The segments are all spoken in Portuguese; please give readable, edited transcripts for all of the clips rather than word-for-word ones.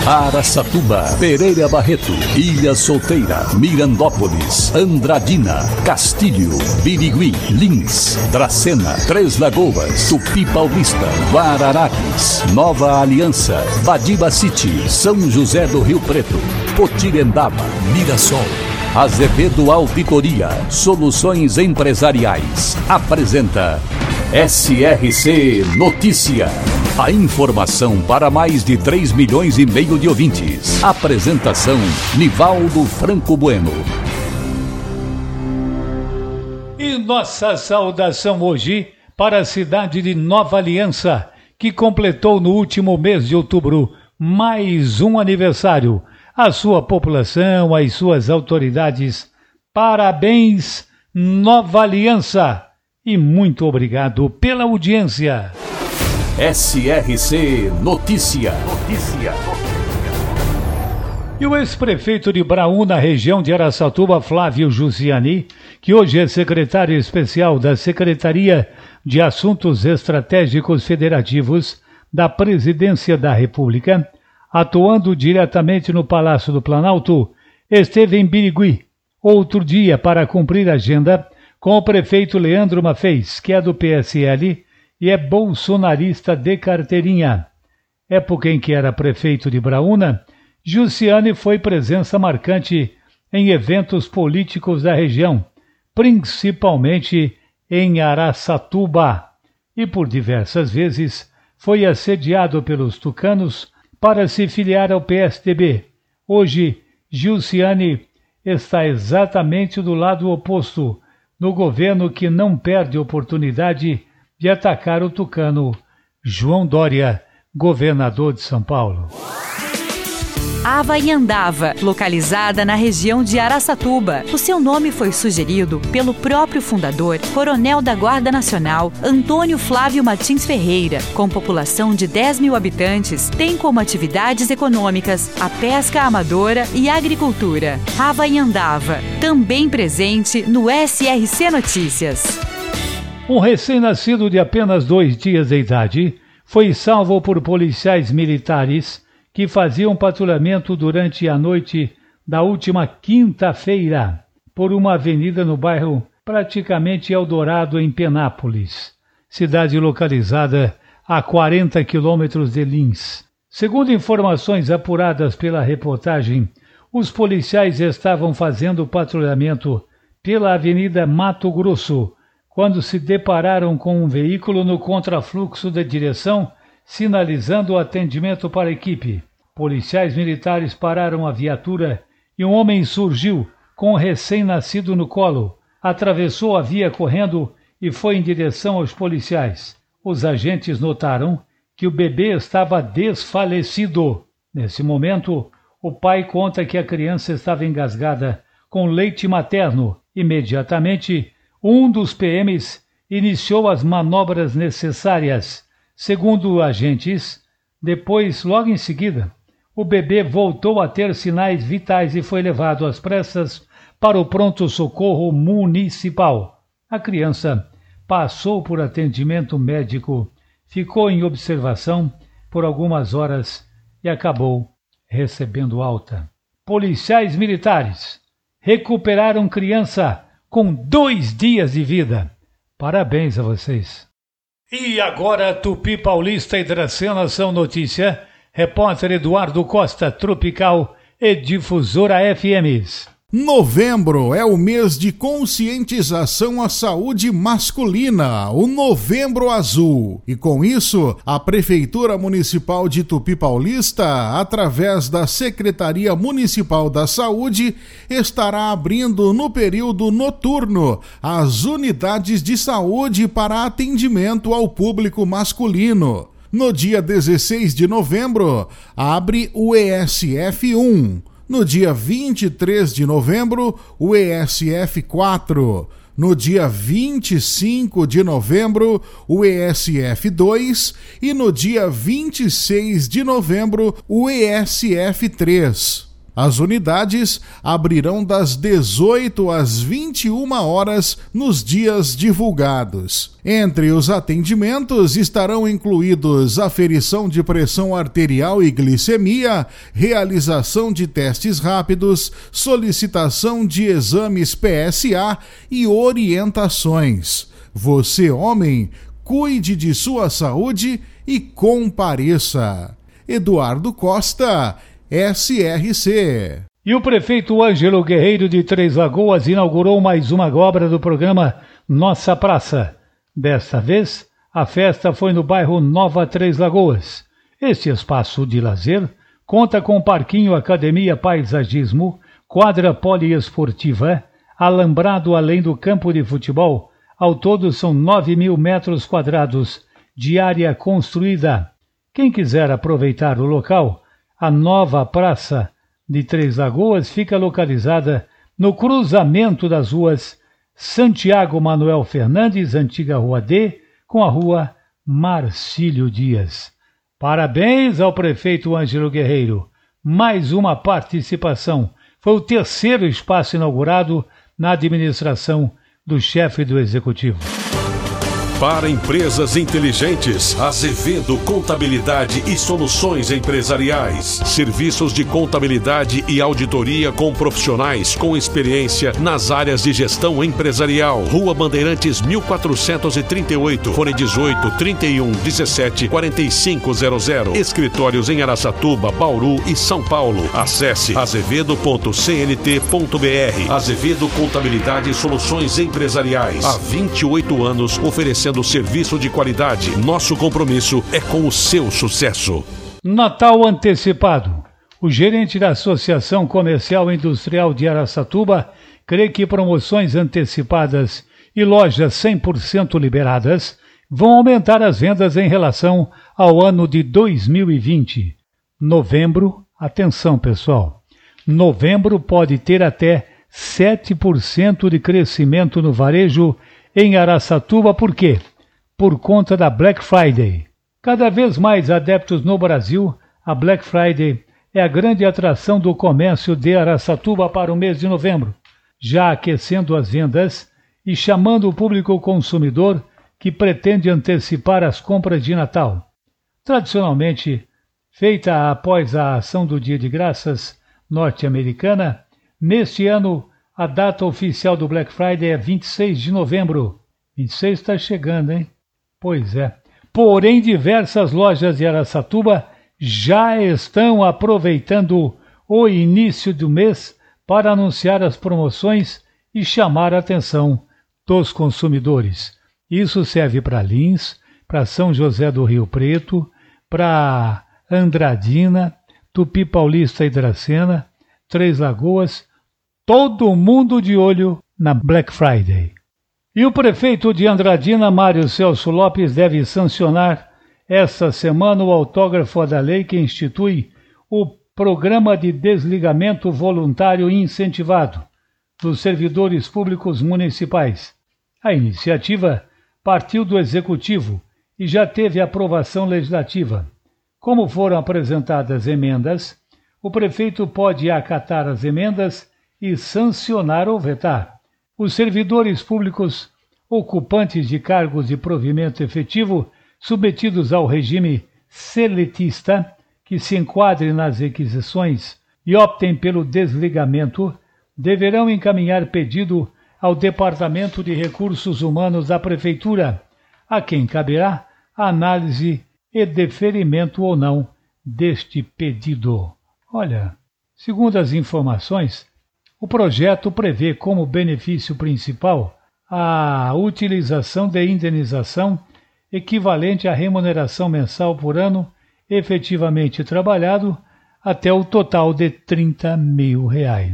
Araçatuba, Pereira Barreto, Ilha Solteira, Mirandópolis, Andradina, Castilho, Birigui, Lins, Dracena, Três Lagoas, Tupi Paulista, Guararapes, Nova Aliança, Badiba City, São José do Rio Preto, Potirendaba, Mirassol. Azevedo Auditoria Soluções Empresariais apresenta SRC Notícia. A informação para mais de 3,5 milhões de ouvintes. Apresentação Nivaldo Franco Bueno. E nossa saudação hoje para a cidade de Nova Aliança, que completou no último mês de outubro mais um aniversário. A sua população, as suas autoridades, parabéns, Nova Aliança, e muito obrigado pela audiência. SRC Notícia. E o ex-prefeito de Braúna, região de Araçatuba, Flávio Jussiani, que hoje é secretário especial da Secretaria de Assuntos Estratégicos Federativos da Presidência da República, atuando diretamente no Palácio do Planalto, esteve em Birigui outro dia para cumprir agenda com o prefeito Leandro Maffez, que é do PSL e é bolsonarista de carteirinha. Época em que era prefeito de Braúna, Jussiani foi presença marcante em eventos políticos da região, principalmente em Araçatuba, e por diversas vezes foi assediado pelos tucanos para se filiar ao PSDB. Hoje, Jussiani está exatamente do lado oposto, no governo que não perde oportunidade de atacar o tucano João Dória, governador de São Paulo. Havaiandava, localizada na região de Araçatuba. O seu nome foi sugerido pelo próprio fundador, coronel da Guarda Nacional, Antônio Flávio Martins Ferreira. Com população de 10 mil habitantes, tem como atividades econômicas a pesca amadora e a agricultura. Havaiandava, também presente no SRC Notícias. Um recém-nascido de apenas 2 dias de idade foi salvo por policiais militares que faziam patrulhamento durante a noite da última quinta-feira por uma avenida no bairro praticamente Eldorado, em Penápolis, cidade localizada a 40 quilômetros de Lins. Segundo informações apuradas pela reportagem, os policiais estavam fazendo patrulhamento pela Avenida Mato Grosso, quando se depararam com um veículo no contrafluxo da direção, sinalizando o atendimento para a equipe. Policiais militares pararam a viatura e um homem surgiu com um recém-nascido no colo, atravessou a via correndo e foi em direção aos policiais. Os agentes notaram que o bebê estava desfalecido. Nesse momento, o pai conta que a criança estava engasgada com leite materno. Imediatamente, um dos PMs iniciou as manobras necessárias. Segundo agentes, depois, logo em seguida, o bebê voltou a ter sinais vitais e foi levado às pressas para o pronto-socorro municipal. A criança passou por atendimento médico, ficou em observação por algumas horas e acabou recebendo alta. Policiais militares recuperaram criança com 2 dias de vida. Parabéns a vocês. E agora, Tupi Paulista e Dracena são notícia. Repórter Eduardo Costa, Tropical e Difusora FMs. Novembro é o mês de conscientização à saúde masculina, o Novembro Azul. E com isso, a Prefeitura Municipal de Tupi Paulista, através da Secretaria Municipal da Saúde, estará abrindo no período noturno as unidades de saúde para atendimento ao público masculino. No dia 16 de novembro, abre o ESF1. No dia 23 de novembro, o ESF4. No dia 25 de novembro, o ESF2. E no dia 26 de novembro, o ESF3. As unidades abrirão das 18 às 21 horas nos dias divulgados. Entre os atendimentos estarão incluídos aferição de pressão arterial e glicemia, realização de testes rápidos, solicitação de exames PSA e orientações. Você, homem, cuide de sua saúde e compareça. Eduardo Costa, SRC. E o prefeito Ângelo Guerreiro de Três Lagoas inaugurou mais uma obra do programa Nossa Praça. Desta vez, a festa foi no bairro Nova Três Lagoas. Este espaço de lazer conta com parquinho, academia, paisagismo, quadra poliesportiva, alambrado além do campo de futebol. Ao todo são 9.000 metros quadrados de área construída. Quem quiser aproveitar o local, a nova Praça de Três Lagoas fica localizada no cruzamento das ruas Santiago Manuel Fernandes, antiga Rua D, com a Rua Marcílio Dias. Parabéns ao prefeito Ângelo Guerreiro. Mais uma participação. Foi o terceiro espaço inaugurado na administração do chefe do Executivo. Para empresas inteligentes, Azevedo Contabilidade e Soluções Empresariais. Serviços de contabilidade e auditoria com profissionais com experiência nas áreas de gestão empresarial. Rua Bandeirantes 1438, fone 18 31 17 4500. Escritórios em Araçatuba, Bauru e São Paulo. Acesse azevedo.cnt.br. Azevedo Contabilidade e Soluções Empresariais. Há 28 anos oferecendo serviço de qualidade. Nosso compromisso é com o seu sucesso. Natal antecipado. O gerente da Associação Comercial e Industrial de Araçatuba crê que promoções antecipadas e lojas 100% liberadas vão aumentar as vendas em relação ao ano de 2020. Novembro, atenção pessoal, novembro pode ter até 7% de crescimento no varejo em Araçatuba. Por quê? Por conta da Black Friday. Cada vez mais adeptos no Brasil, a Black Friday é a grande atração do comércio de Araçatuba para o mês de novembro, já aquecendo as vendas e chamando o público consumidor que pretende antecipar as compras de Natal. Tradicionalmente, feita após a ação do Dia de Graças norte-americana, neste ano a data oficial do Black Friday é 26 de novembro. 26 está chegando, hein? Pois é. Porém, diversas lojas de Araçatuba já estão aproveitando o início do mês para anunciar as promoções e chamar a atenção dos consumidores. Isso serve para Lins, para São José do Rio Preto, para Andradina, Tupi Paulista e Dracena, Três Lagoas, todo mundo de olho na Black Friday. E o prefeito de Andradina, Mário Celso Lopes, deve sancionar esta semana o autógrafo da lei que institui o Programa de Desligamento Voluntário Incentivado dos Servidores Públicos Municipais. A iniciativa partiu do Executivo e já teve aprovação legislativa. Como foram apresentadas emendas, o prefeito pode acatar as emendas e sancionar ou vetar. Os servidores públicos ocupantes de cargos de provimento efetivo submetidos ao regime seletista, que se enquadrem nas requisições e optem pelo desligamento, deverão encaminhar pedido ao Departamento de Recursos Humanos da Prefeitura, a quem caberá a análise e deferimento ou não deste pedido. Olha, segundo as informações, o projeto prevê como benefício principal a utilização de indenização equivalente à remuneração mensal por ano efetivamente trabalhado até o total de R$30 mil.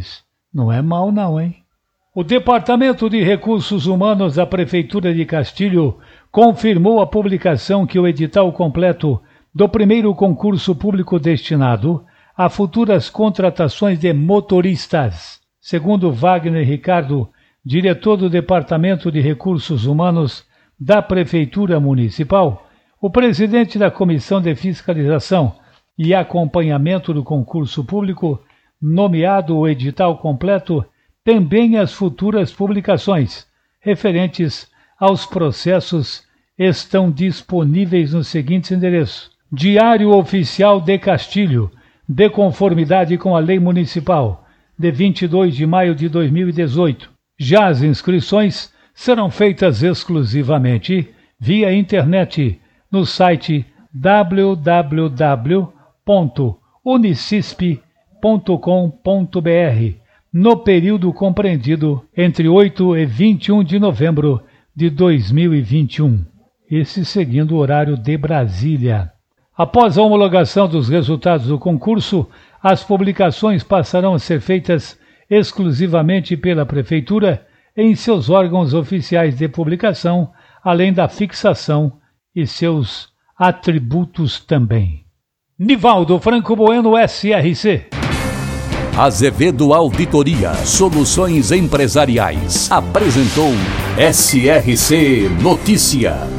Não é mal não, hein? O Departamento de Recursos Humanos da Prefeitura de Castilho confirmou a publicação que o edital completo do primeiro concurso público destinado a futuras contratações de motoristas. Segundo Wagner Ricardo, diretor do Departamento de Recursos Humanos da Prefeitura Municipal, o presidente da Comissão de Fiscalização e Acompanhamento do Concurso Público nomeado o edital completo, também as futuras publicações referentes aos processos estão disponíveis nos seguintes endereços: Diário Oficial de Castilho, de conformidade com a Lei Municipal, de 22 de maio de 2018. Já as inscrições serão feitas exclusivamente via internet no site www.unicisp.com.br no período compreendido entre 8 e 21 de novembro de 2021. Esse seguindo o horário de Brasília. Após a homologação dos resultados do concurso, as publicações passarão a ser feitas exclusivamente pela Prefeitura em seus órgãos oficiais de publicação, além da fixação e seus atributos também. Nivaldo Franco Bueno, SRC. Azevedo Auditoria Soluções Empresariais apresentou SRC Notícia.